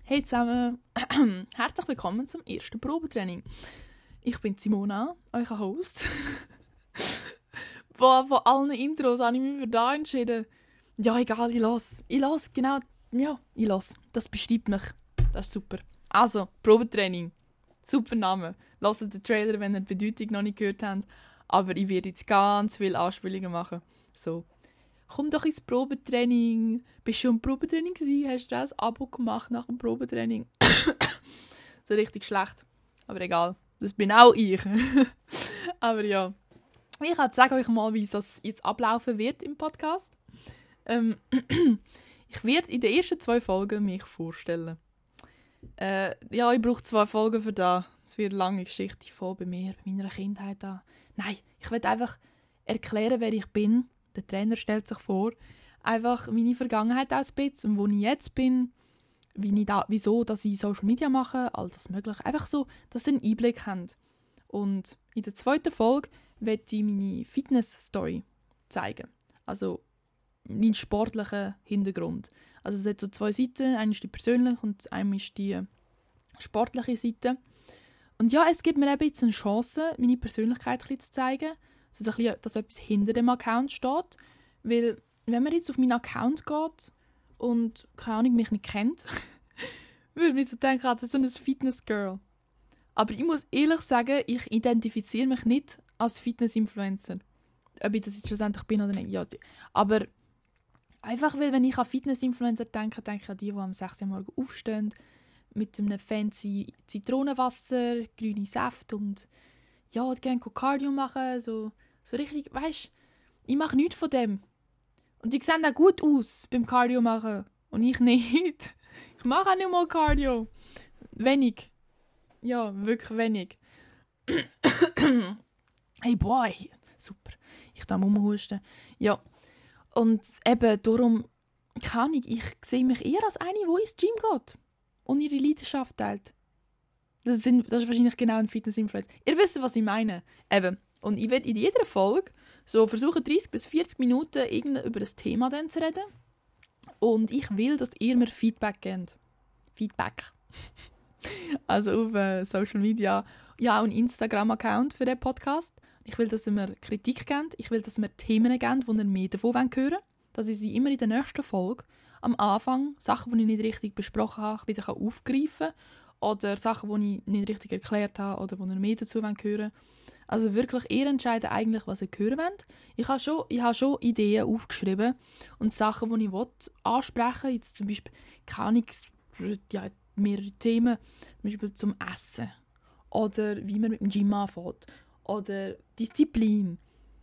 Hey zusammen, herzlich willkommen zum ersten Probetraining. Ich bin Simona, euer Host. Von allen Intros habe ich mich für da entschieden. Ja, egal, ich lasse, genau. Ja, ich lasse. Das bestimmt mich. Das ist super. Also, Probetraining. Super Name. Hört den Trailer, wenn ihr die Bedeutung noch nicht gehört habt. Aber ich werde jetzt ganz viele Anspielungen machen. So. Komm doch ins Probetraining. Bist du schon im Probetraining gewesen? Hast du auch ein Abo gemacht nach dem Probetraining? So richtig schlecht. Aber egal. Das bin auch ich. Aber ja. Ich sage euch mal, wie das jetzt ablaufen wird im Podcast. Ich werde in den ersten 2 Folgen mich vorstellen. Ja, ich brauche 2 Folgen für das. Es wird eine lange Geschichte von bei mir, bei meiner Kindheit an. Nein, ich will einfach erklären, wer ich bin. Der Trainer stellt sich vor. Einfach meine Vergangenheit auch ein bisschen und wo ich jetzt bin, wieso dass ich Social Media mache, all das Mögliche. Einfach so, dass sie einen Einblick haben. Und in der 2. Folge werde ich meine Fitness-Story zeigen. Also meinen sportlichen Hintergrund. Also es hat so 2 Seiten. Eine ist die persönliche und eine ist die sportliche Seite. Und ja, es gibt mir eben jetzt eine Chance, meine Persönlichkeit ein bisschen zu zeigen. Also dass etwas hinter dem Account steht. Weil, wenn man jetzt auf meinen Account geht und, keine Ahnung, mich nicht kennt, würde man so denken, das ist so ein Fitness-Girl. Aber ich muss ehrlich sagen, ich identifiziere mich nicht als Fitness-Influencer. Ob ich das jetzt schlussendlich bin oder nicht. Ja, aber einfach, weil wenn ich an Fitness-Influencer denke, denke ich an die am 6 Uhr morgens aufstehen, mit einem fancy Zitronenwasser, grüne Säfte und ja, die gerne Cardio machen, so richtig, weisst, ich mache nichts von dem. Und die sehen auch gut aus beim Cardio machen und ich nicht. Ich mache auch nicht mal Cardio. Wenig. Ja, wirklich wenig. Hey boy, super. Ich darf rumhusten. Ja, und eben darum, keine Ahnung, ich sehe mich eher als eine, die ins Gym geht und ihre Leidenschaft teilt. Das ist wahrscheinlich genau ein Fitness-Influencer. Ihr wisst, was ich meine. Eben. Und ich werde in jeder Folge so versuchen, 30 bis 40 Minuten über ein Thema dann zu reden. Und ich will, dass ihr mir Feedback gebt. Feedback. Also auf Social Media. Ja, auch einen Instagram-Account für den Podcast. Ich will, dass ihr mir Kritik gebt. Ich will, dass ihr mir Themen gebt, wo ihr mehr davon hören wollt. Dass ich sie immer in der nächsten Folge am Anfang, Sachen, die ich nicht richtig besprochen habe, wieder aufgreifen kann. Oder Sachen, die ich nicht richtig erklärt habe oder wo ihr mehr dazu hören wollt. Also wirklich, ihr entscheidet eigentlich, was ihr hören wollt. Ich habe schon Ideen aufgeschrieben und Sachen, die ich ansprechen will. Jetzt zum Beispiel kann ich mehrere Themen, zum Beispiel zum Essen. Oder wie man mit dem Gym anfängt. Oder Disziplin.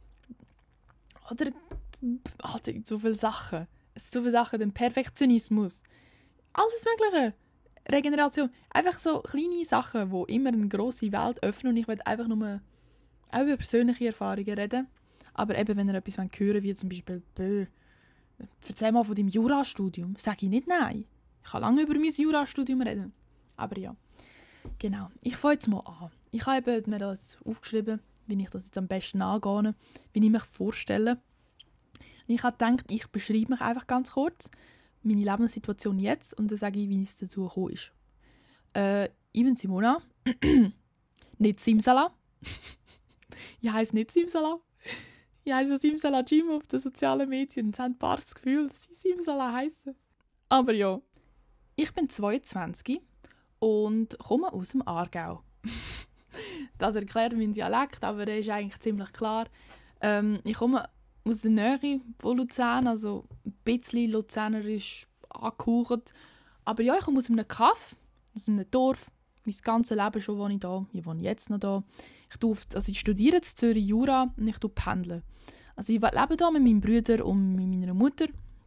Oder halt so viele Sachen. Es sind so viele Sachen, den Perfektionismus. Alles Mögliche. Regeneration. Einfach so kleine Sachen, die immer eine grosse Welt öffnen. Und ich will einfach nur auch über persönliche Erfahrungen reden. Aber eben, wenn ihr etwas hören wollt, wie zum Beispiel erzähl mal von deinem Jurastudium, sage ich nicht nein. Ich kann lange über mein Jurastudium reden. Aber ja, genau. Ich fange jetzt mal an. Ich habe mir das aufgeschrieben, wie ich das jetzt am besten angehe, wie ich mich vorstelle. Und ich habe gedacht, ich beschreibe mich einfach ganz kurz, meine Lebenssituation jetzt, und dann sage ich, wie es dazu gekommen ist. Ich bin Simona, nicht Simsala. Ich heisse nicht Simsala. Ich heisse Simsala Gym auf den sozialen Medien. Und sie haben ein paar das Gefühl, dass sie Simsala heissen. Aber ja, ich bin 22 und komme aus dem Aargau. Das erklärt meinen Dialekt, aber der ist eigentlich ziemlich klar. Ich komme aus der Nähe von Luzern, also ein bisschen luzernerisch angehaucht. Aber ja, ich komme aus einem Kaff, aus einem Dorf. Mein ganzes Leben schon wohne ich da. Ich wohne jetzt noch da. Ich studiere in Zürich Jura und ich pendle. Also ich lebe hier mit meinem Bruder und mit meiner Mutter.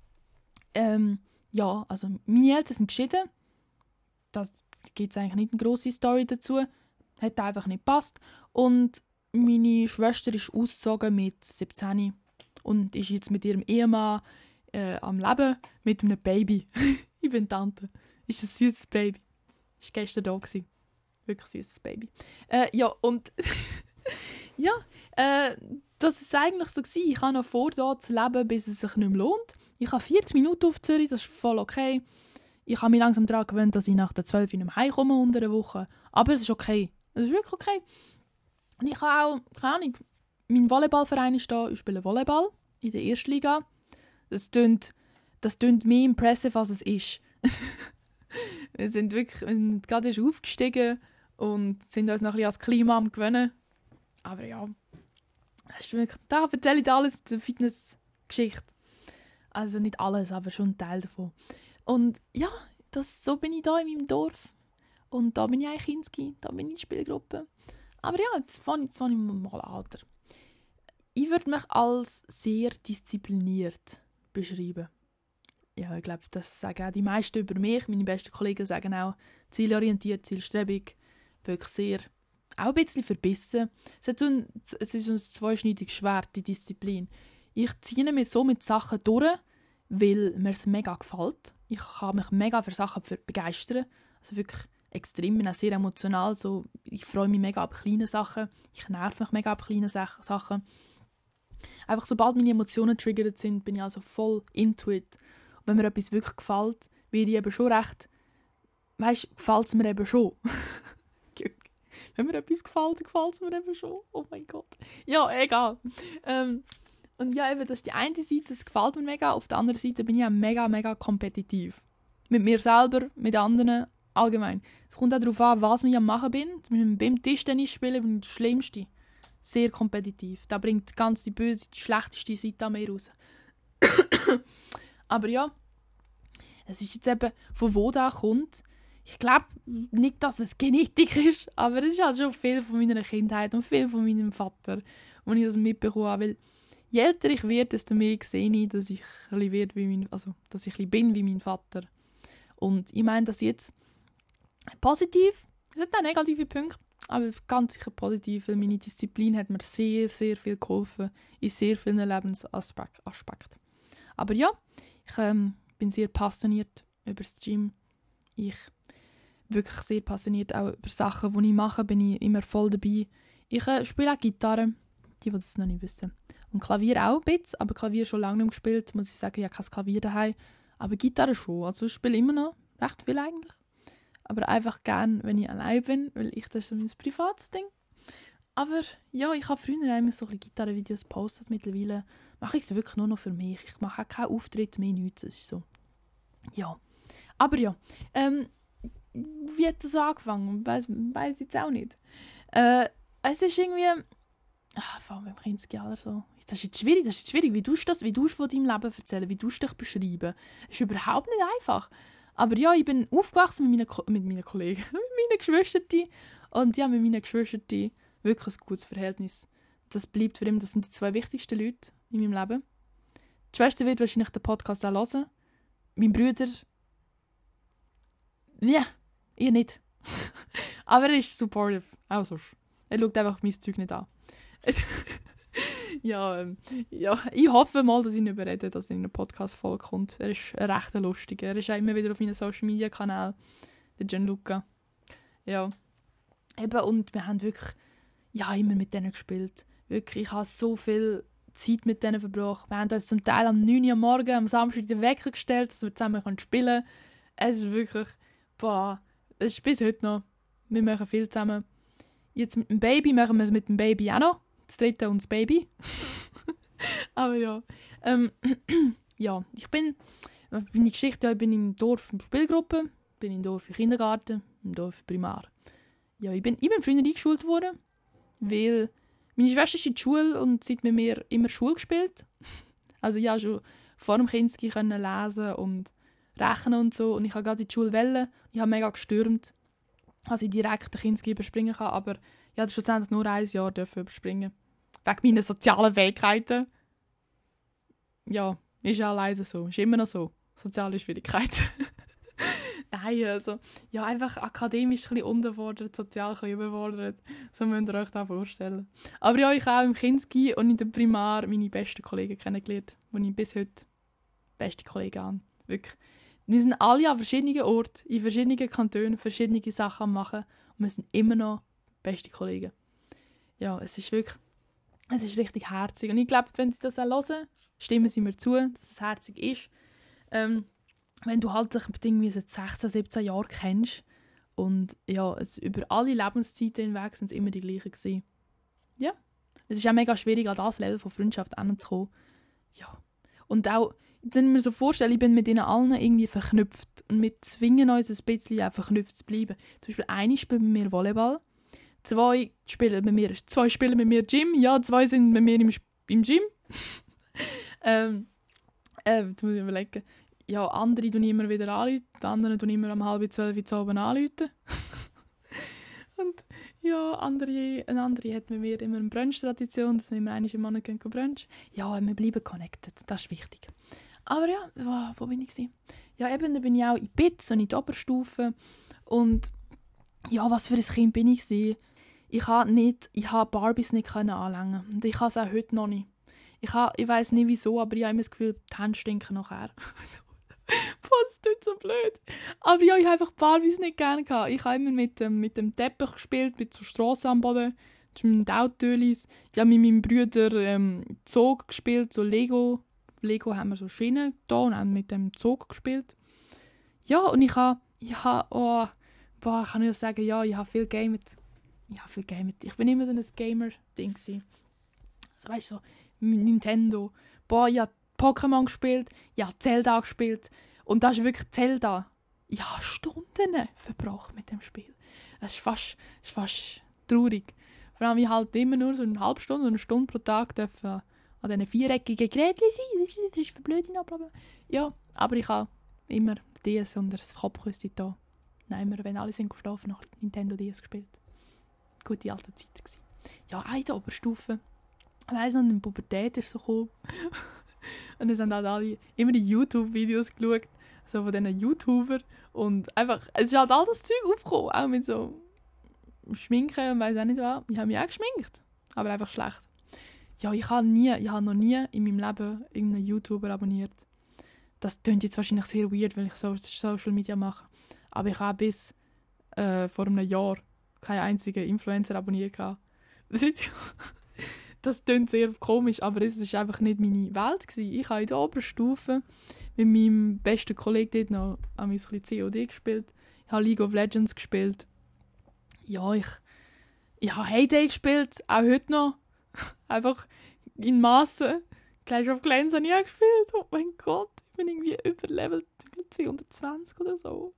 Ja, also meine Eltern sind geschieden. Da gibt es eigentlich nicht eine grosse Story dazu. Hat einfach nicht gepasst. Und meine Schwester ist ausgezogen mit 17 und ist jetzt mit ihrem Ehemann am Leben mit einem Baby. Ich bin Tante. Ist ein süßes Baby. Ist gestern da gewesen. Wirklich süßes Baby. Ja, und ja, das ist eigentlich so gewesen. Ich habe noch vor, hier zu leben, bis es sich nicht mehr lohnt. Ich habe 40 Minuten auf Zürich, das ist voll okay. Ich habe mich langsam daran gewöhnt, dass ich nach der 12 nicht mehr heimkomme unter der Woche. Aber es ist okay. Es ist wirklich okay. Und ich habe auch, keine Ahnung, mein Volleyballverein ist da, ich spiele Volleyball in der Erstliga. Das tönt mehr impressive, als es ist. Wir sind gerade erst aufgestiegen und sind uns noch ein bisschen ans Klima am gewöhnen. Aber ja, da erzähle ich dir alles zur Fitnessgeschichte. Also nicht alles, aber schon ein Teil davon. Und ja, so bin ich da in meinem Dorf. Und da bin ich eigentlich Kinski, da bin ich in der Spielgruppe. Aber ja, jetzt fange ich mal an. Ich würde mich als sehr diszipliniert beschreiben. Ja, ich glaube, das sagen auch die meisten über mich. Meine besten Kollegen sagen auch zielorientiert, zielstrebig. Wirklich sehr, auch ein bisschen verbissen. Es ist ein zweischneidiges Schwert, die Disziplin. Ich ziehe mich so mit Sachen durch, weil mir es mega gefällt. Ich kann mich mega für Sachen begeistern. Also wirklich extrem, ich bin auch sehr emotional. So, ich freue mich mega ab kleinen Sachen. Ich nerv mich mega ab kleinen Sachen. Einfach sobald meine Emotionen triggert sind, bin ich also voll into it. Und wenn mir etwas wirklich gefällt, werde ich eben schon recht, gefällt es mir eben schon. Wenn mir etwas gefällt, gefällt es mir eben schon. Oh mein Gott. Ja, egal. Und ja, eben, das ist die eine Seite, das gefällt mir mega. Auf der anderen Seite bin ich auch mega, mega kompetitiv. Mit mir selber, mit anderen, allgemein. Es kommt auch darauf an, was ich am machen bin. Beim Tischtennis spielen bin ich das Schlimmste. Sehr kompetitiv. Da bringt ganz die böse, die schlechteste Seite an mir raus. Aber ja, es ist jetzt eben, von wo das kommt. Ich glaube nicht, dass es Genetik ist, aber es ist halt schon viel von meiner Kindheit und viel von meinem Vater, wo ich das mitbekommen habe. Weil je älter ich werde, desto mehr sehe ich, dass ich ein bisschen dass ich ein bisschen bin wie mein Vater. Und ich meine das jetzt positiv. Es hat auch negative Punkte, aber ganz sicher positiv, weil meine Disziplin hat mir sehr, sehr viel geholfen in sehr vielen Lebensaspekten. Aber ja, ich bin sehr passioniert über das Gym. Ich wirklich sehr passioniert auch über Sachen, die ich mache, bin ich immer voll dabei. Ich spiele auch Gitarre, die das noch nicht wissen. Und Klavier auch ein bisschen, aber Klavier schon lange nicht mehr gespielt. Muss ich sagen, ich habe kein Klavier daheim. Aber Gitarre schon, also ich spiele immer noch recht viel eigentlich. Aber einfach gern, wenn ich allein bin, weil das ist so mein privates Ding. Aber ja, ich habe früher immer so ein bisschen Gitarrenvideos gepostet. Mittlerweile mache ich es wirklich nur noch für mich. Ich mache auch keinen Auftritt mehr, nichts. Das ist so. Ja. Aber ja, wie hat das angefangen? Weiss ich jetzt auch nicht. Es ist irgendwie... vor allem beim Kindsjahr so. Das ist jetzt schwierig. Wie tust du von deinem Leben erzählen? Wie tust du dich beschreiben? Das ist überhaupt nicht einfach. Aber ja, ich bin aufgewachsen mit meinen Kollegen, mit meinen Geschwistern. Und ja, mit meinen Geschwistern wirklich ein gutes Verhältnis. Das bleibt für ihn, das sind die zwei wichtigsten Leute in meinem Leben. Die Schwester wird wahrscheinlich den Podcast auch hören. Mein Bruder... Ja, ihr nicht. Aber er ist supportive, auch sonst. Er schaut einfach mein Zeug nicht an. ja, ich hoffe mal, dass ich ihn überrede, dass er in eine Podcast-Folge kommt. Er ist ein recht lustiger. Er ist auch immer wieder auf meinen Social-Media-Kanal, der Gianluca. Ja. Eben, und wir haben wirklich immer mit denen gespielt. Wirklich, ich habe so viel Zeit mit denen verbracht. Wir haben uns zum Teil am 9 Uhr am Morgen, am Samstag den Wecker gestellt, dass wir zusammen spielen können. Es ist wirklich, es ist bis heute noch. Wir machen viel zusammen. Jetzt mit dem Baby machen wir es mit dem Baby auch noch. Das dritte und das Baby. Aber ja. Ja, meine Geschichte, ich bin im Dorf in der Spielgruppe, bin im Dorf im Kindergarten, im Dorf Primar. Ja, ich bin früher eingeschult worden, weil meine Schwester ist in der Schule und sie hat mit mir immer Schule gespielt. Also ich konnte schon vor dem Kindesgehen lesen und rechnen und so. Und ich habe gerade in die Schule wollen. Ich habe mega gestürmt, dass ich direkt den Kindesgehen überspringen kann. Aber ich durfte schlussendlich nur 1 Jahr überspringen. Wegen meiner sozialen Fähigkeiten. Ja, ist ja leider so. Ist immer noch so. Soziale Schwierigkeiten. Nein, also, ja, einfach akademisch ein bisschen unterfordert, sozial ein bisschen überfordert. So müsst ihr euch das vorstellen. Aber ja, ich habe auch im Kinski und in der Primar meine besten Kollegen kennengelernt, die ich bis heute beste Kollegen habe. Wirklich. Wir sind alle an verschiedenen Orten, in verschiedenen Kantonen, verschiedene Sachen am machen und wir sind immer noch beste Kollegen. Ja, es ist richtig herzig. Und ich glaube, wenn sie das auch hören, stimmen sie mir zu, dass es herzig ist. wenn du halt sich irgendwie seit 16, 17 Jahren kennst und ja, über alle Lebenszeiten hinweg sind es immer die gleichen gewesen. Ja, es ist auch mega schwierig, an das Level von Freundschaft hinzukommen. Ja, und auch, wenn ich mir so vorstelle, ich bin mit ihnen allen irgendwie verknüpft und wir zwingen uns ein bisschen auch verknüpft zu bleiben. Zum Beispiel eine spielt mit mir Volleyball, zwei spielen mit mir Gym, ja, zwei sind mit mir im Gym. Jetzt muss ich überlegen. Ja, andere tun immer wieder anrufen, die anderen tun immer um 11:30 Uhr oben anrufen. Und ja, eine andere hat mit mir immer eine Brunch-Tradition, dass wir immer einmal im Monat gehen brunchen. Ja, wir bleiben connected, das ist wichtig. Aber ja, wo bin ich gewesen? Ja, eben, da bin ich auch in BITS und in der Oberstufe. Und ja, was für ein Kind bin ich gewesen? Ich habe Barbies nicht anlangen. Und ich kann es auch heute noch nicht. Ich weiss nicht wieso, aber ich habe immer das Gefühl, die Hände stinken nachher. Boah, das tut so blöd. Aber ja, ich habe einfach Barbies nicht gerne gehabt. Ich habe immer mit dem Teppich gespielt, mit so Strassen am Boden, mit Autolis. Ich habe mit meinem Bruder Zug gespielt, so Lego. Lego haben wir so Schienen da und haben mit dem Zug gespielt. Ja, und ich kann nicht sagen, ja, ich habe viel gamet. Ich bin immer so ein Gamer-Ding gewesen. Also weißt du, so Nintendo. Boah, ich habe Pokémon gespielt, ich habe Zelda gespielt. Und das ist wirklich Zelda. Ich habe Stunden verbracht mit dem Spiel. Das ist fast traurig. Vor allem, ich halt immer nur so eine halbe Stunde oder eine Stunde pro Tag dürfen an diesen viereckigen Geräten sein. Das ist für blöd. Ja, aber ich habe immer DS und das Kopfküsse da. Nein, immer, wenn alle sind geschlafen, noch Nintendo DS gespielt. Gute alte Zeit gewesen. Ja, in der Oberstufe. Ich weiss noch, in der Pubertät ist so gekommen. Und dann haben halt alle immer die YouTube-Videos geschaut, so von diesen YouTubern. Und einfach, es ist halt all das Zeug aufgekommen, auch mit so Schminken und weiss auch nicht was. Ich habe mich auch geschminkt, aber einfach schlecht. Ja, ich habe noch nie in meinem Leben irgendeinen YouTuber abonniert. Das klingt jetzt wahrscheinlich sehr weird, weil ich so Social Media mache. Aber ich habe bis vor einem Jahr keinen einzigen Influencer abonniert. Das klingt sehr komisch, aber es war einfach nicht meine Welt gewesen. Ich habe in der Oberstufe mit meinem besten Kollegen dort noch ein bisschen COD gespielt. Ich habe League of Legends gespielt. Ja, ich habe Heyday gespielt, auch heute noch. Einfach in Massen. Clash of Clans habe ich auch gespielt. Oh mein Gott, ich bin irgendwie über Level 220 oder so.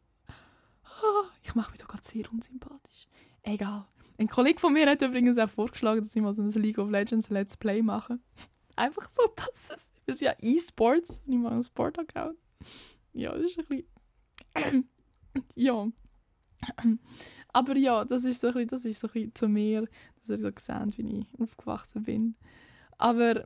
Ich mache mich doch gerade sehr unsympathisch. Egal. Ein Kollege von mir hat übrigens auch vorgeschlagen, dass ich mal so ein League of Legends Let's Play mache. Einfach so, dass es... Das ist ja E-Sports. Und ich mache einen Sport-Account. Ja, das ist ein bisschen... ja. Aber ja, das ist so ein bisschen zu mir, dass ihr so seht, wie ich aufgewachsen bin. Aber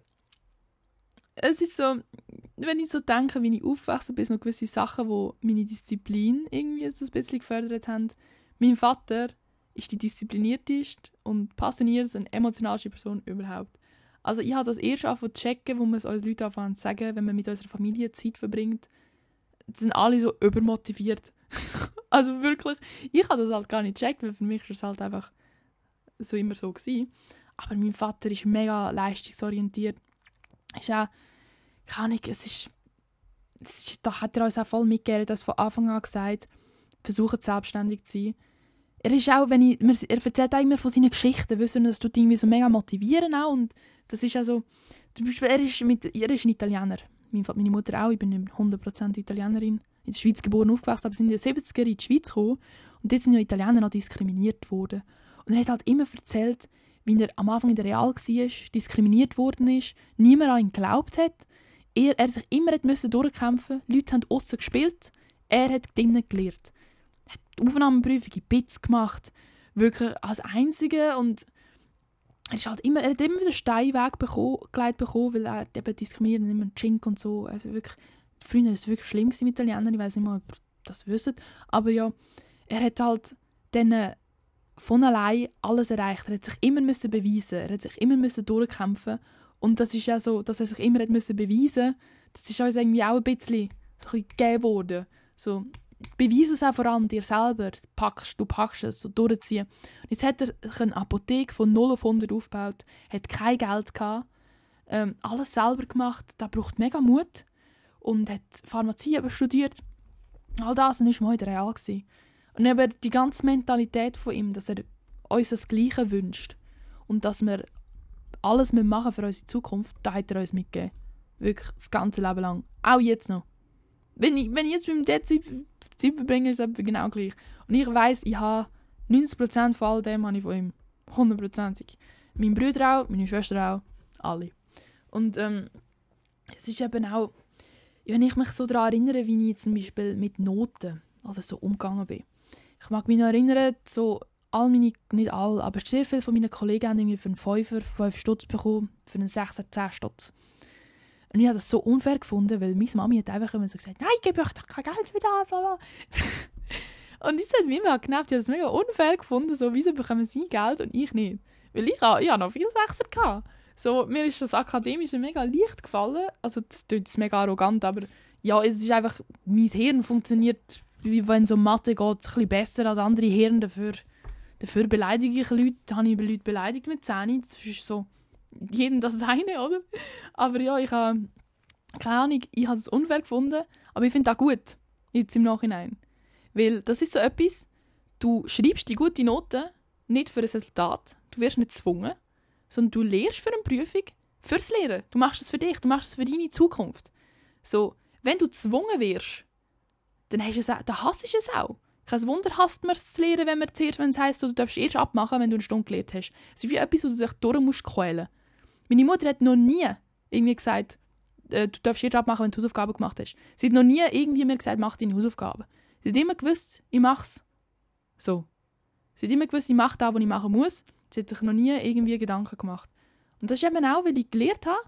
es ist so, wenn ich so denke, wie ich aufgewachsen bin, noch gewisse Sachen, die meine Disziplin irgendwie so ein bisschen gefördert haben. Mein Vater ist die disziplinierteste und passionierteste und emotionalste Person überhaupt. Also ich habe das erst angefangen zu checken, wo man es uns Leute anfangen zu sagen, wenn man mit unserer Familie Zeit verbringt. Die sind alle so übermotiviert. Also wirklich, ich habe das halt gar nicht gecheckt, weil für mich war es halt einfach so immer so gewesen. Aber mein Vater ist mega leistungsorientiert. Ist auch, keine Ahnung, da hat er uns auch voll mitgegeben, dass von Anfang an gesagt, versucht selbstständig zu sein. Er ist auch, er erzählt auch immer von seinen Geschichten, wissen, das tut irgendwie so mega motivieren auch. Und das ist also, zum Beispiel, er ist ein Italiener. Meine Mutter auch, ich bin nicht 100% Italienerin. In der Schweiz geboren, aufgewachsen, aber sind in den 70er in die Schweiz gekommen. Und dort sind ja Italiener noch diskriminiert worden. Und er hat halt immer erzählt, wie er am Anfang in der Real war, diskriminiert worden ist, niemand an ihn geglaubt hat. Er sich immer durchkämpfen musste. Leute haben aussen gespielt, er hat drinnen gelernt. Er hat die Aufnahmeprüfung in BITS gemacht, wirklich als Einziger. Und er hat immer wieder Steinweg gelegt bekommen, weil er eben diskriminiert und immer Chink und so. Also wirklich, früher war es wirklich schlimm mit Italienern, ich weiß nicht mal, ob ihr das wisst. Aber ja, er hat halt dann von allein alles erreicht. Er hat sich immer beweisen. Er hat sich immer durchkämpfen. Und das ist ja so, dass er sich immer beweisen musste. Das ist uns irgendwie auch ein bisschen gegeben worden. So, beweise es auch vor allem dir selber. Du packst es, so durchziehen. Und jetzt hat er eine Apotheke von 0 auf 100 aufgebaut, hat kein Geld gehabt, alles selber gemacht. Das braucht mega Mut. Und hat Pharmazie studiert. All das war mal wieder real. Und eben die ganze Mentalität von ihm, dass er uns das Gleiche wünscht und dass wir alles machen für unsere Zukunft, das hat er uns mitgegeben. Wirklich das ganze Leben lang. Auch jetzt noch. Wenn ich jetzt mit dem Zeit verbringe, ist es genau gleich. Und ich weiss, ich habe 90% von all dem habe ich von ihm. 100%. Meine Brüder auch, meine Schwester auch, alle. Und es ist eben auch, wenn ich mich so daran erinnere, wie ich zum Beispiel mit Noten so umgegangen bin. Ich mag mich noch erinnern, so nicht alle, aber sehr viele von meinen Kollegen haben irgendwie für einen 5 Stutz bekommen, für einen 6er 10 Stutz. Und ich habe das so unfair gefunden, weil meine Mami hat einfach immer so gesagt, nein, ich gebe euch doch kein Geld für das, bla bla. Und das hat mich immer genervt, ich habe das mega unfair gefunden, so, wieso bekommen sie Geld und ich nicht? Weil ich habe noch viel 6er gehabt. So, mir ist das Akademische mega leicht gefallen, also das klingt mega arrogant, aber ja, es ist einfach, mein Hirn funktioniert, wie wenn es um Mathe geht, ein bisschen besser als andere Hirn. Dafür beleidige ich Leute, habe ich Leute beleidigt mit 10. Das ist so, jedem das seine, oder? Aber ja, ich habe, keine Ahnung, ich habe es unfair gefunden, aber ich finde das gut, jetzt im Nachhinein. Weil das ist so etwas, du schreibst die gute Note nicht für ein Resultat, du wirst nicht gezwungen, sondern du lehrst für eine Prüfung, fürs Lehren. Du machst es für dich, du machst es für deine Zukunft. So, wenn du gezwungen wirst, dann hasst du es auch. Kein Wunder hasst man es zu lernen, wenn es heisst, du darfst erst abmachen, wenn du eine Stunde gelernt hast. Es ist wie etwas, wo du dich durch musst quälen. Meine Mutter hat noch nie irgendwie gesagt, du darfst erst abmachen, wenn du Hausaufgaben gemacht hast. Sie hat noch nie irgendwie mir gesagt, mach deine Hausaufgaben. Sie hat immer gewusst, ich mache es so. Sie hat immer gewusst, ich mache das, was ich machen muss. Sie hat sich noch nie irgendwie Gedanken gemacht. Und das ist eben auch, weil ich gelernt habe,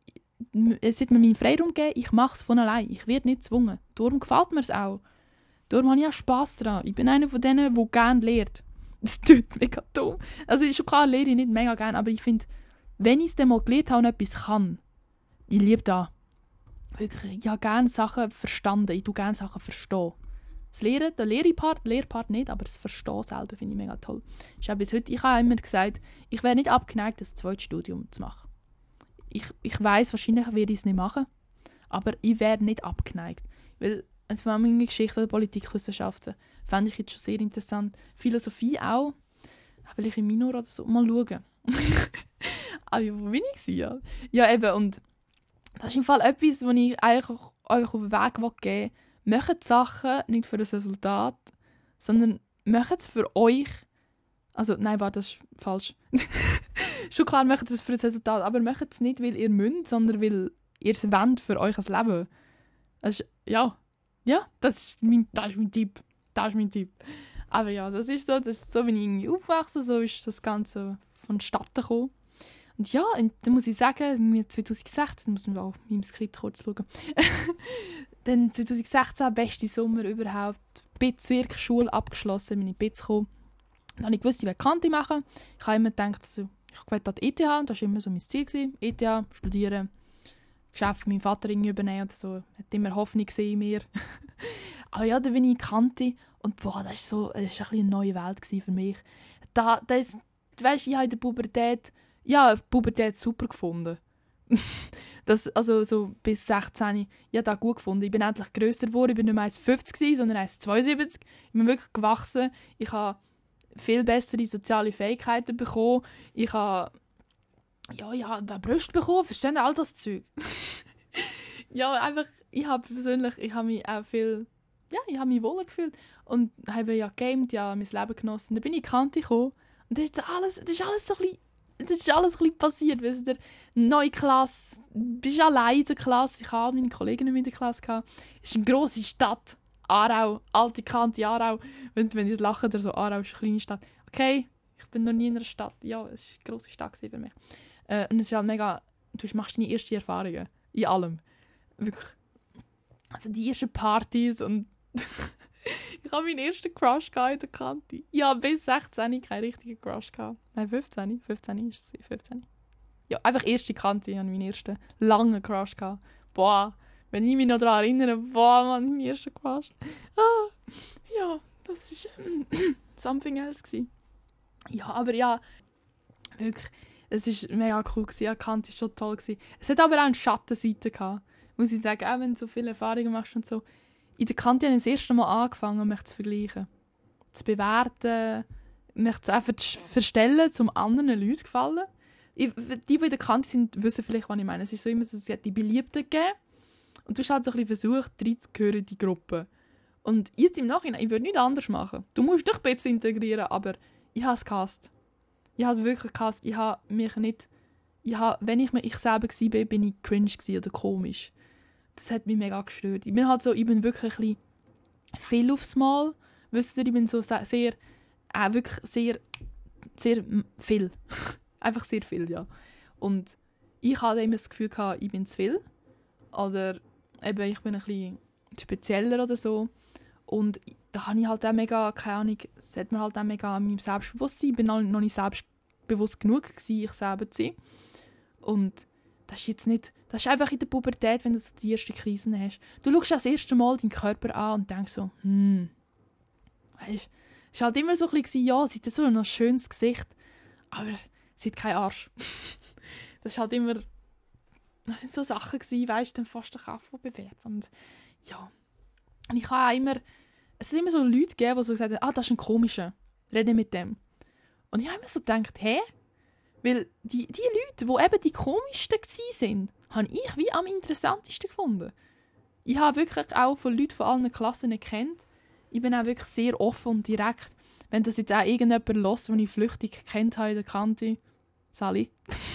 es hat mir meinen Freiraum gegeben, ich mache es von allein. Ich werde nicht gezwungen. Darum gefällt mir es auch. Darum habe ich auch Spass daran. Ich bin einer von denen, der gerne lehrt. Das tut mega dumm. Also ist schon klar, lehre ich nicht mega gerne, aber ich finde, wenn ich es dann mal gelernt habe und etwas kann, ich liebe das. Wirklich, ich habe gerne Sachen verstanden. Ich tue gerne Sachen verstehen. Das Lehren, der Lehrpart nicht, aber das Verstehen selber finde ich mega toll. Ich habe bis heute, ich habe immer gesagt, ich wäre nicht abgeneigt, das zweite Studium zu machen. Ich weiss, wahrscheinlich werde ich es nicht machen, aber ich wäre nicht abgeneigt. Weil vor allem in Geschichte oder Politikwissenschaften fände ich jetzt schon sehr interessant. Philosophie auch, will ich im Minor oder so mal schauen. Aber wo bin ich? Ja, eben, und das ist im Fall etwas, was ich eigentlich euch auf den Weg geben will. Macht Sachen nicht für das Resultat, sondern macht es für euch. Also, nein, warte, das ist falsch. Schon klar, macht es für das Resultat, aber macht es nicht, weil ihr müsst, sondern weil ihr es wollt für euch als Leben. Das ist, ja, das ist mein Tipp. Das ist mein Tipp. Aber ja, das ist so, wie ich irgendwie aufwachse, so ist das Ganze vonstatten gekommen. Und ja, dann muss ich sagen, 2016, muss man auch in meinem Skript kurz schauen, dann 2016, beste Sommer überhaupt, BITS wirklich Schule abgeschlossen, bin in BITS gekommen. Dann habe ich gewusst, ich will Kante machen. Ich habe immer gedacht, also, ich will an die ETH, das war immer so mein Ziel gewesen. ETH, studieren, Geschäft von meinem Vater übernehmen oder so. Hat immer Hoffnung gesehen in mir. Aber ja, dann bin ich in Kante und boah, das war ein bisschen eine neue Welt für mich. Weißt du, ich habe in der Pubertät, Pubertät super gefunden. Also so bis 16, ja, da gut gefunden. Ich bin endlich grösser geworden, ich bin nicht mehr 1,50 sondern 1,72. Ich bin wirklich gewachsen. Ich habe viel bessere soziale Fähigkeiten bekommen. Ich habe Brüste bekommen, verstehen all das Zeug. Ja, einfach, ich habe mich auch viel, ich habe mich wohler gefühlt und habe ja gegamed, ja, mein Leben genossen. Dann bin ich in die Kante gekommen und das ist alles so ein bisschen passiert, weißt du, neue Klasse, bist allein in der Klasse, ich habe meine Kollegen nicht mehr in der Klasse gehabt. Es ist eine grosse Stadt, Aarau, alte Kante Aarau. Wenn ich lache oder so, Aarau ist eine kleine Stadt. Okay, ich bin noch nie in einer Stadt. Ja, es war eine grosse Stadt für mich. Und es ist halt mega, du machst deine ersten Erfahrungen in allem. Wirklich. Also die ersten Partys und ich habe meinen ersten Crush in der Kante. Ja, bis 16 keinen richtigen Crush gehabt. Nein, 15 ist es. 15. Ja, einfach erste Kante, ich hatte meinen ersten langen Crush gehabt. Boah, wenn ich mich noch daran erinnere, boah, Mann, mein erster Crush. Ja, das war something else gewesen. Ja, aber ja, wirklich, es war mega cool gewesen, die Kante war schon toll gewesen. Es hat aber auch eine Schattenseite gehabt, muss ich sagen, auch wenn du so viele Erfahrungen machst und so. in der Kante habe ich das erste Mal angefangen, mich zu vergleichen. Zu bewerten, mich zu einfach zu verstellen, um anderen Leuten zu gefallen. Die in der Kante sind, wissen vielleicht, was ich meine. Es ist so immer so, es hat die Beliebten gegeben und du hast halt so ein bisschen versucht, reinzugehören in die Gruppe. Und jetzt im Nachhinein, ich würde nichts anderes machen. Du musst dich ein bisschen integrieren, aber ich habe es gehasst. Ich habe es wirklich gehasst. Ich habe mich nicht... wenn ich selber war, bin ich cringe oder komisch. Das hat mich mega gestört. Ich bin halt so, ich bin wirklich ein bisschen viel aufs Mal. Wisst ihr, ich bin so sehr, wirklich sehr, sehr viel. Einfach sehr viel, ja. Und ich hatte immer das Gefühl gehabt, ich bin zu viel. Oder eben, ich bin ein bisschen spezieller oder so. Und da habe ich halt auch mega, keine Ahnung, es hat mir halt auch mega an meinem Selbstbewusstsein. Ich bin noch nicht selbstbewusst genug gewesen, ich selber zu sein. Und das ist jetzt nicht, das ist einfach in der Pubertät, wenn du so die ersten Krisen hast. Du schaust das erste Mal deinen Körper an und denkst so, weißt, es war halt immer so ein bisschen, ja, sie hat so ein schönes Gesicht, aber sie hat keinen Arsch. Das ist halt immer, das sind so Sachen gewesen, weißt du, dann fast den Kaffee bewährt. Und ja, und ich habe auch immer, es hat immer so Leute gegeben, die so gesagt haben, das ist ein komischer, rede mit dem. Und ich habe immer so gedacht, hä? Weil die Leute, die eben die komischsten waren, habe ich wie am interessantesten gefunden. Ich habe wirklich auch von Leuten von allen Klassen gekannt. Ich bin auch wirklich sehr offen und direkt. Wenn das jetzt auch irgendjemand hört, den ich flüchtig gekannt habe in der Kante, Sally.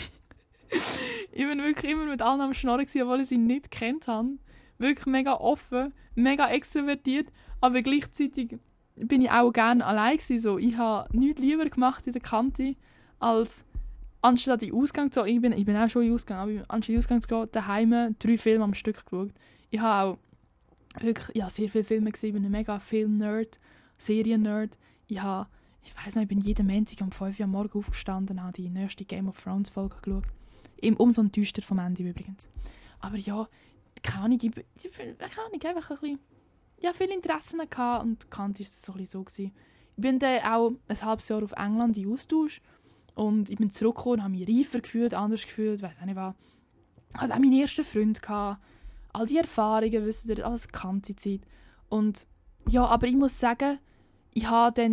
Ich bin wirklich immer mit allen am Schnorren, obwohl ich sie nicht gekannt habe. Wirklich mega offen, mega extrovertiert, aber gleichzeitig bin ich auch gerne allein gewesen. So, ich habe nichts lieber gemacht in der Kante, als anstatt in den Ausgang zu gehen. Ich bin auch schon in den Ausgang, aber anstatt in den Ausgang zu gehen, daheim 3 Filme am Stück geschaut. Ich habe auch wirklich sehr viele Filme gesehen, ich bin ein mega Film-Nerd, Serien-Nerd. Ich weiss noch, ich bin jeden Montag um 5 Uhr am Morgen aufgestanden und habe die nächste Game of Thrones Folge geschaut. So ein Düster vom Ende übrigens. Aber ja, keine Ahnung, einfach ein bisschen, viele Interessen gehabt und Kant war es so ein bisschen so gewesen. Ich bin dann auch ein halbes Jahr auf England in Austausch und ich bin zurückgekommen und habe mich reifer gefühlt, anders gefühlt, weiss auch nicht was. Ich hatte auch meinen ersten Freund gehabt, all die Erfahrungen, wisst ihr, alles Kante-Zeit. Und ja, aber ich muss sagen, ich habe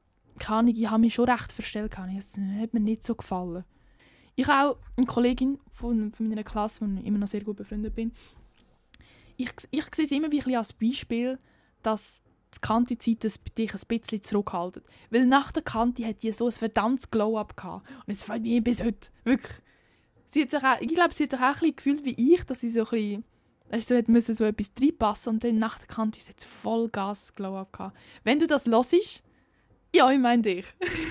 mich schon recht verstellt. Es hat mir nicht so gefallen. Ich habe auch eine Kollegin von meiner Klasse, mit der ich immer noch sehr gut befreundet bin. Ich sehe es immer wie ein als Beispiel, dass die Kante-Zeit dich ein bisschen zurückhaltet. Weil nach der Kante hat die so ein verdammtes Glow-Up gehabt. Und es freut mich bis heute. Wirklich. Ich glaube, sie hat sich auch ein bisschen gefühlt wie ich, dass sie so ein bisschen müssen so etwas reinpassen und dann nach der Kante ist jetzt voll Gas Glow-Up gehabt. Wenn du das hörst, ja, ich meine dich.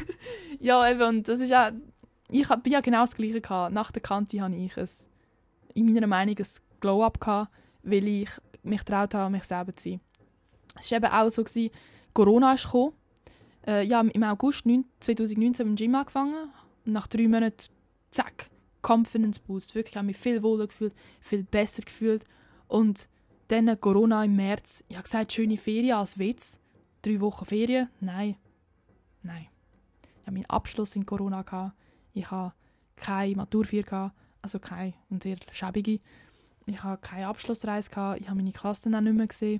Ja, eben, und das ist auch, ich habe ja genau das Gleiche gehabt. Nach der Kante hatte ich in meiner Meinung ein Glow-Up gehabt, weil ich mich getraut habe, mich selber zu sein. Es war eben auch so, Corona ist gekommen. Im August 2019 im Gym angefangen und nach 3 Monaten, zack, Confidence Boost. Wirklich, ich habe mich viel wohler gefühlt, viel besser gefühlt. Und dann Corona im März. Ich habe gesagt, schöne Ferien als Witz. 3 Wochen Ferien? Nein. Ich habe meinen Abschluss in Corona gehabt. Ich habe keine Maturfeier gehabt, also keine und sehr schäbige. Ich habe keine Abschlussreise gehabt. Ich habe meine Klasse dann auch nicht mehr gesehen.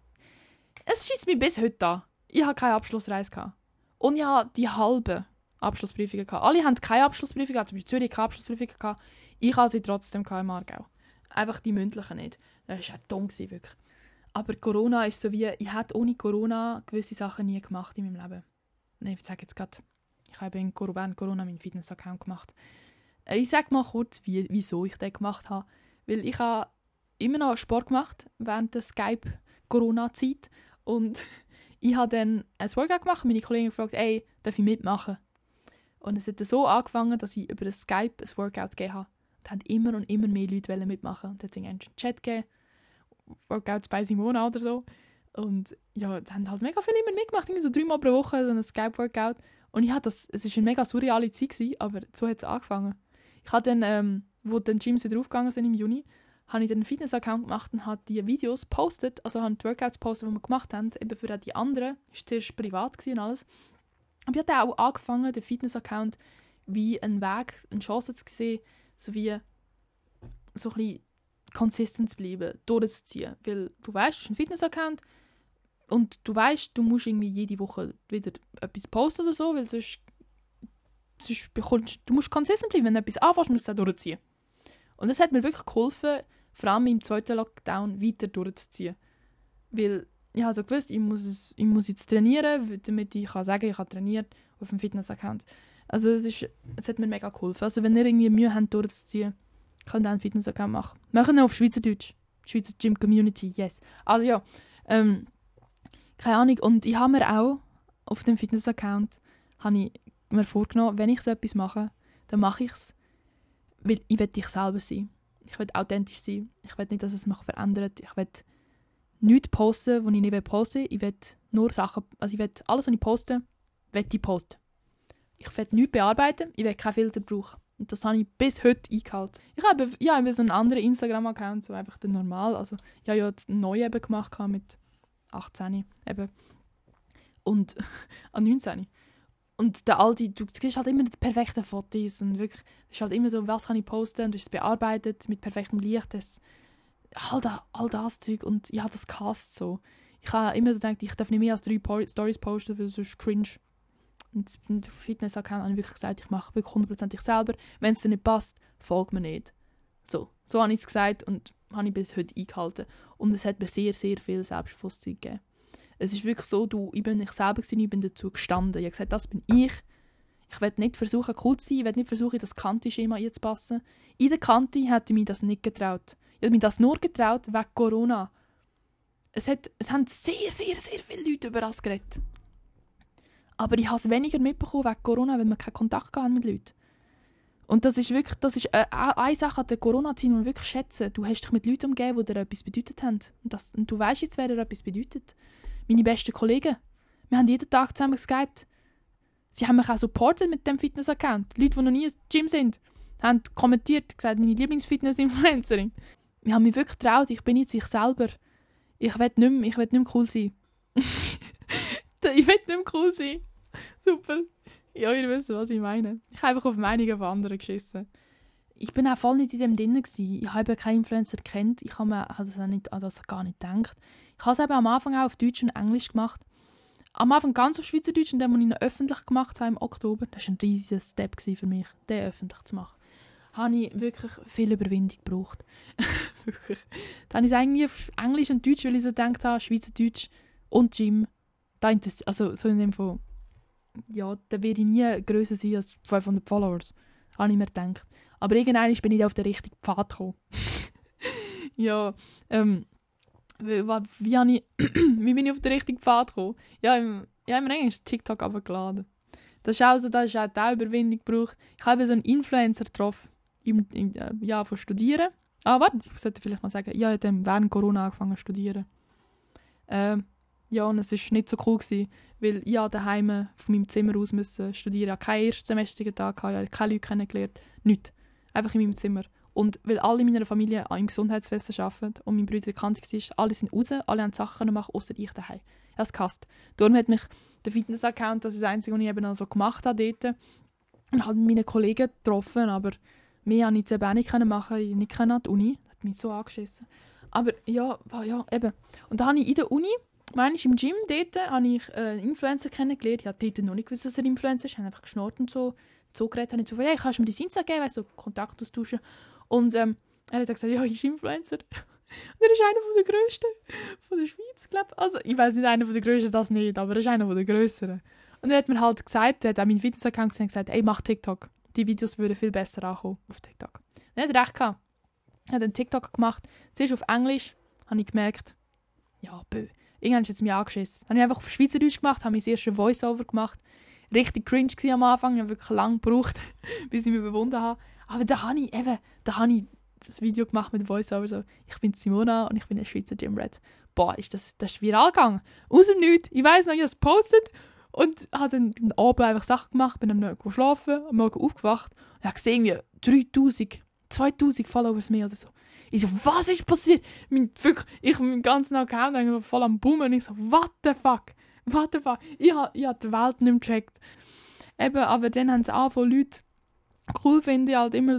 Es schießt mich bis heute an. Ich habe keine Abschlussreise gehabt. Und ich habe die halben Abschlussprüfungen gehabt. Alle haben keine Abschlussprüfungen gehabt. Zum Beispiel Zürich keine Abschlussprüfungen gehabt. Ich habe sie trotzdem im Aargau. Einfach die mündlichen nicht. Das war auch dumm, wirklich. Aber Corona ist so wie, ich hätte ohne Corona gewisse Sachen nie gemacht in meinem Leben. Ich sage jetzt gerade, ich habe während Corona meinen Fitness-Account gemacht. Ich sage mal kurz, wieso ich den gemacht habe. Weil ich habe immer noch Sport gemacht während der Skype-Corona-Zeit. Und ich habe dann ein Workout gemacht und meine Kollegin gefragt, ey, darf ich mitmachen? Und es hat so angefangen, dass ich über das Skype ein Workout gegeben habe. Da haben immer und immer mehr Leute mitmachen. Und dann hat es einen Chat gegeben, Workouts bei Simona oder so. Und ja, da haben halt mega viele immer mitgemacht, irgendwie so 3 Mal pro Woche so ein Skype-Workout. Und es war eine mega surreale Zeit gewesen, aber so hat es angefangen. Ich habe dann, wo dann die Gyms wieder aufgegangen sind im Juni, habe ich dann einen Fitness-Account gemacht und habe die Videos gepostet, also habe die Workouts gepostet, die wir gemacht haben, eben für die anderen. Das war zuerst privat und alles. Aber ich habe dann auch angefangen, den Fitness-Account wie einen Weg, eine Chance zu sehen, so wie so ein bisschen consistent zu bleiben, durchzuziehen. Weil du weißt, du hast einen Fitness-Account und du weißt, du musst irgendwie jede Woche wieder etwas posten oder so, weil sonst du musst consistent bleiben. Wenn du etwas anfängst, musst du es auch durchziehen. Und das hat mir wirklich geholfen, vor allem im zweiten Lockdown weiter durchzuziehen. Weil ich habe so gewusst, ich muss jetzt trainieren, damit ich kann sagen, ich habe trainiert auf dem Fitness-Account. Also es hat mir mega geholfen. Also wenn ihr irgendwie Mühe habt, durchzuziehen, könnt ihr einen Fitness-Account machen. Machen wir auf Schweizerdeutsch. Schweizer Gym Community, yes. Also ja, keine Ahnung. Und ich habe mir auch auf dem Fitness-Account mir vorgenommen, wenn ich so etwas mache, dann mache ich es, weil ich will ich selber sein. Ich will authentisch sein. Ich will nicht, dass es mich verändert. Ich will nichts posten, was ich nicht posten will. Ich will nur Sachen, also ich will alles, was ich poste, will ich posten. Ich will nichts bearbeiten, ich will keinen Filter brauchen. Und das habe ich bis heute eingehalten. Ich habe so einen anderen Instagram-Account, so einfach den normal. Also ich habe ja den neuen eben gemacht mit 18 eben. Und an 19. Und der alte, du siehst halt immer die perfekten Fotos und wirklich, es ist halt immer so, was kann ich posten und du hast es bearbeitet mit perfektem Licht, all das Zeug und ich habe das gehasst so. Ich habe immer so gedacht, ich darf nicht mehr als 3 Stories posten, weil sonst cringe. Und im Fitness-Account habe ich wirklich gesagt, ich mache wirklich 100% selber. Wenn es dir nicht passt, folg mir nicht. So habe ich es gesagt und habe ich bis heute eingehalten. Und es hat mir sehr, sehr viel Selbstbewusstsein gegeben. Es ist wirklich so, ich bin nicht selber gewesen, ich bin dazu gestanden. Ich habe gesagt, das bin ich. Ich will nicht versuchen, cool zu sein. Ich will nicht versuchen, in das Kanti-Schema einzupassen. In der Kanti hätte ich mich das nicht getraut. Ich habe mich das nur getraut wegen Corona. Es haben sehr, sehr, sehr viele Leute über das geredet. Aber ich habe es weniger mitbekommen wegen Corona, weil wir keinen Kontakt hatten mit Leuten. Und das ist eine Sache an der Corona-Zeit, die ich wirklich schätze. Du hast dich mit Leuten umgeben, die dir etwas bedeutet haben. Und du weißt jetzt, wer dir etwas bedeutet. Meine besten Kollegen. Wir haben jeden Tag zusammen geskypt. Sie haben mich auch supportet mit dem Fitness-Account. Leute, die noch nie im Gym sind, haben kommentiert, gesagt, meine Lieblings-Fitness-Influencerin. Ich habe mich wirklich getraut, ich bin jetzt ich selber. Ich will nicht mehr cool sein. Ich will nicht mehr cool sein. Super. Ja, ihr wisst, was ich meine. Ich habe einfach auf Meinungen von anderen geschissen. Ich bin auch voll nicht in dem drin gewesen. Ich habe keinen Influencer gekannt. Ich habe das gar nicht gedacht. Ich habe es eben am Anfang auch auf Deutsch und Englisch gemacht. Am Anfang ganz auf Schweizerdeutsch und dann, als ich ihn öffentlich gemacht habe im Oktober, das war ein riesiger Step für mich, den öffentlich zu machen. Habe ich wirklich viel Überwindung gebraucht. Wirklich. Dann habe ich es eigentlich auf Englisch und Deutsch, weil ich so gedacht habe, Schweizerdeutsch und Gym. Also so in dem Fall, ja, da werde ich nie grösser sein als 500 Followers. Habe ich mir gedacht. Aber irgendwann bin ich auf den richtigen Pfad gekommen. Ja, wie bin ich auf den richtigen Pfad gekommen? Ja, im Englisch TikTok runtergeladen. Das ist auch so, da ist auch die Überwindung gebraucht. Ich habe so einen Influencer getroffen, im Jahr von Studieren. Warte, ich sollte vielleicht mal sagen, ich habe dann während Corona angefangen zu studieren. Ja, und es war nicht so cool gewesen, weil ich daheim von meinem Zimmer aus musste studieren. Ich hatte keinen erstsemestrigen Tag, ich habe keine Leute kennengelernt, nichts. Einfach in meinem Zimmer. Und weil alle in meiner Familie im Gesundheitswesen arbeiten und mein Bruder bekannt war, alle sind raus, alle haben Sachen machen, außer ich daheim. Ich habe es gehasst. Darum hat mich der Fitness-Account, das ist das Einzige, was ich eben so gemacht habe dort, und habe meine Kollegen getroffen, aber mehr konnte ich jetzt eben auch nicht machen, ich nicht an die Uni. Das hat mich so angeschissen. Aber ja, eben. Und dann habe ich in der Uni, im Gym dort, habe ich einen Influencer kennengelernt. Ich habe dort noch nicht gewusst, dass er Influencer ist. Ich habe einfach geschnurrt und so geredet. Habe ich so, hey, kannst du mir dein Insta geben, weißt du, so Kontakt austauschen. Und er hat gesagt, ja, ich bin Influencer. Und er ist einer der grössten von der Schweiz, glaube ich. Also, ich weiß nicht, einer der grössten, das nicht, aber er ist einer der grösseren. Und er hat mir halt gesagt, er hat auch meinen Fitness-Account gesehen und gesagt, ey, mach TikTok. Die Videos würden viel besser ankommen auf TikTok. Und er hat recht gehabt. Er hat einen TikTok gemacht. Zuerst auf Englisch, habe ich gemerkt, ja, irgendwann ist es mir angeschissen. Dann habe ich einfach auf Schweizerdeutsch gemacht, habe mein erstes Voice-Over gemacht. Richtig cringe war am Anfang, ich habe wirklich lange gebraucht, bis ich mich überwunden habe. Aber da habe ich das Video gemacht mit Voice-Over, so, ich bin Simona und ich bin ein Schweizer Gym-Rat. Boah, das ist viral gegangen. Aus dem Nichts. Ich weiss noch, ich habe es gepostet und habe dann am Abend einfach Sachen gemacht, bin am Morgen geschlafen, am Morgen aufgewacht und habe gesehen, wie 3000, 2000 Followers mehr oder so. Ich so, was ist passiert? Ich mit meinem ganzen Account voll am Boomen und ich so, what the fuck? Ich habe die Welt nicht mehr gecheckt. Eben, aber dann haben es angefangen, Leute cool finden, halt immer so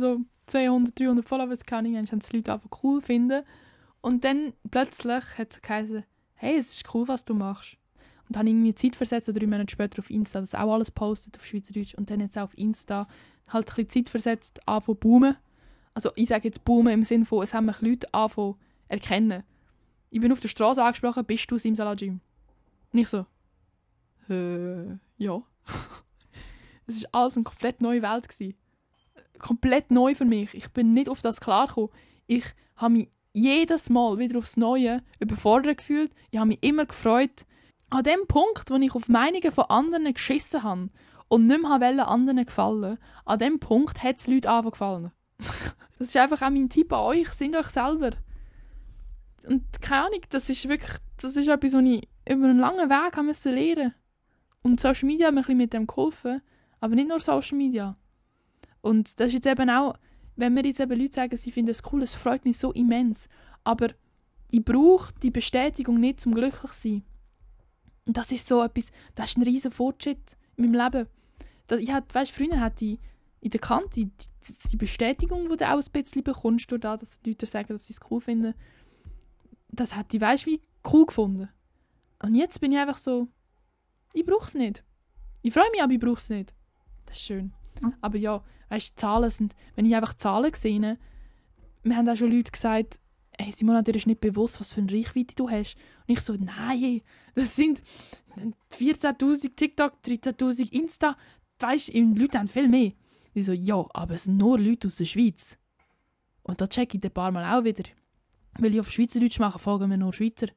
200, 300 Follower, keine Ahnung, haben die Leute einfach cool finden. Und dann plötzlich hat es geheißen, hey, es ist cool, was du machst. Und dann irgendwie Zeit versetzt, oder 3 Monate später auf Insta, das auch alles postet auf Schweizerdeutsch. Und dann jetzt auch auf Insta halt ein bisschen Zeit versetzt, anfangen zu boomen. Also ich sage jetzt boomen im Sinne von, es haben mich Leute anfangen erkennen. Ich bin auf der Straße angesprochen, bist du Simsalajim? Und ich so, ja. Es war alles eine komplett neue Welt gewesen. Komplett neu für mich. Ich bin nicht auf das klargekommen. Ich habe mich jedes Mal wieder aufs Neue überfordert gefühlt. Ich habe mich immer gefreut. An dem Punkt, wo ich auf Meinungen von anderen geschissen habe und nicht mehr anderen gefallen, an dem Punkt hat es Leute gefallen. Das ist einfach auch mein Tipp an euch. Seid euch selber. Und keine Ahnung, das ist etwas, was ich über einen langen Weg lernen musste. Und Social Media hat mir ein bisschen mit dem geholfen. Aber nicht nur Social Media. Und das ist jetzt eben auch, wenn mir jetzt eben Leute sagen, sie finden es cool, es freut mich so immens. Aber ich brauche die Bestätigung nicht, zum glücklich zu sein. Und das ist so etwas, das ist ein riesen Fortschritt in meinem Leben. Früher hatte ich in der Kante die Bestätigung, die du auch ein bisschen bekommst, durch das, dass die Leute sagen, dass sie es cool finden. Das hätte ich, wie cool gefunden. Und jetzt bin ich einfach so, ich brauche es nicht. Ich freue mich, aber ich brauche es nicht. Das ist schön. Aber ja, weißt, Zahlen sind, wenn ich einfach Zahlen sehe, mir haben auch schon Leute gesagt, hey Simona, dir ist nicht bewusst, was für eine Reichweite du hast. Und ich so, nein, das sind 14'000 TikTok, 13'000 Insta. Weißt, die Leute haben viel mehr. Ich so, ja, aber es sind nur Leute aus der Schweiz. Und da checke ich ein paar Mal auch wieder. Weil ich auf Schweizerdeutsch mache, folgen mir nur Schweizer.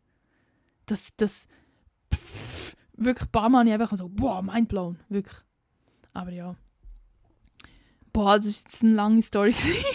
Wirklich ein paar Mal habe ich einfach so, boah, mindblown. Wirklich. Aber ja. Boah, das war jetzt eine lange Story.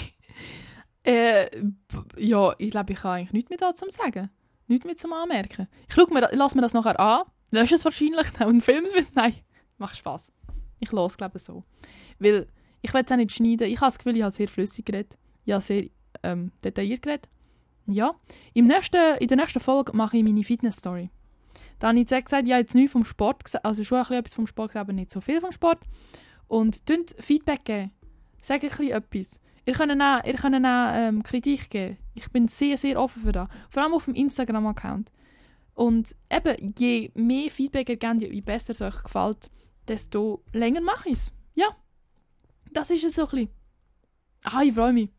Ja, ich glaube, ich habe eigentlich nichts mehr dazu sagen. Nichts mehr zum Anmerken. Lass mir das nachher an, lösche es wahrscheinlich und filme es mit. Nein, macht Spass. Ich lasse es, glaube ich, so. Weil, ich will es auch nicht schneiden. Ich habe das Gefühl, ich habe sehr flüssig geredet. Ich habe sehr detailliert geredet. Ja. In der nächsten Folge mache ich meine Fitness-Story. Da habe ich jetzt gesagt, ich habe jetzt nichts vom Sport gesagt, also schon ein bisschen etwas vom Sport gesagt, aber nicht so viel vom Sport. Und gebt Feedback geben. Sagt ein bisschen etwas. Ihr könnt auch Kritik geben. Ich bin sehr, sehr offen für das. Vor allem auf dem Instagram-Account. Und eben, je mehr Feedback ihr gebt, je besser es euch gefällt, desto länger mache ich es. Ja, das ist es so ein bisschen. Ich freue mich.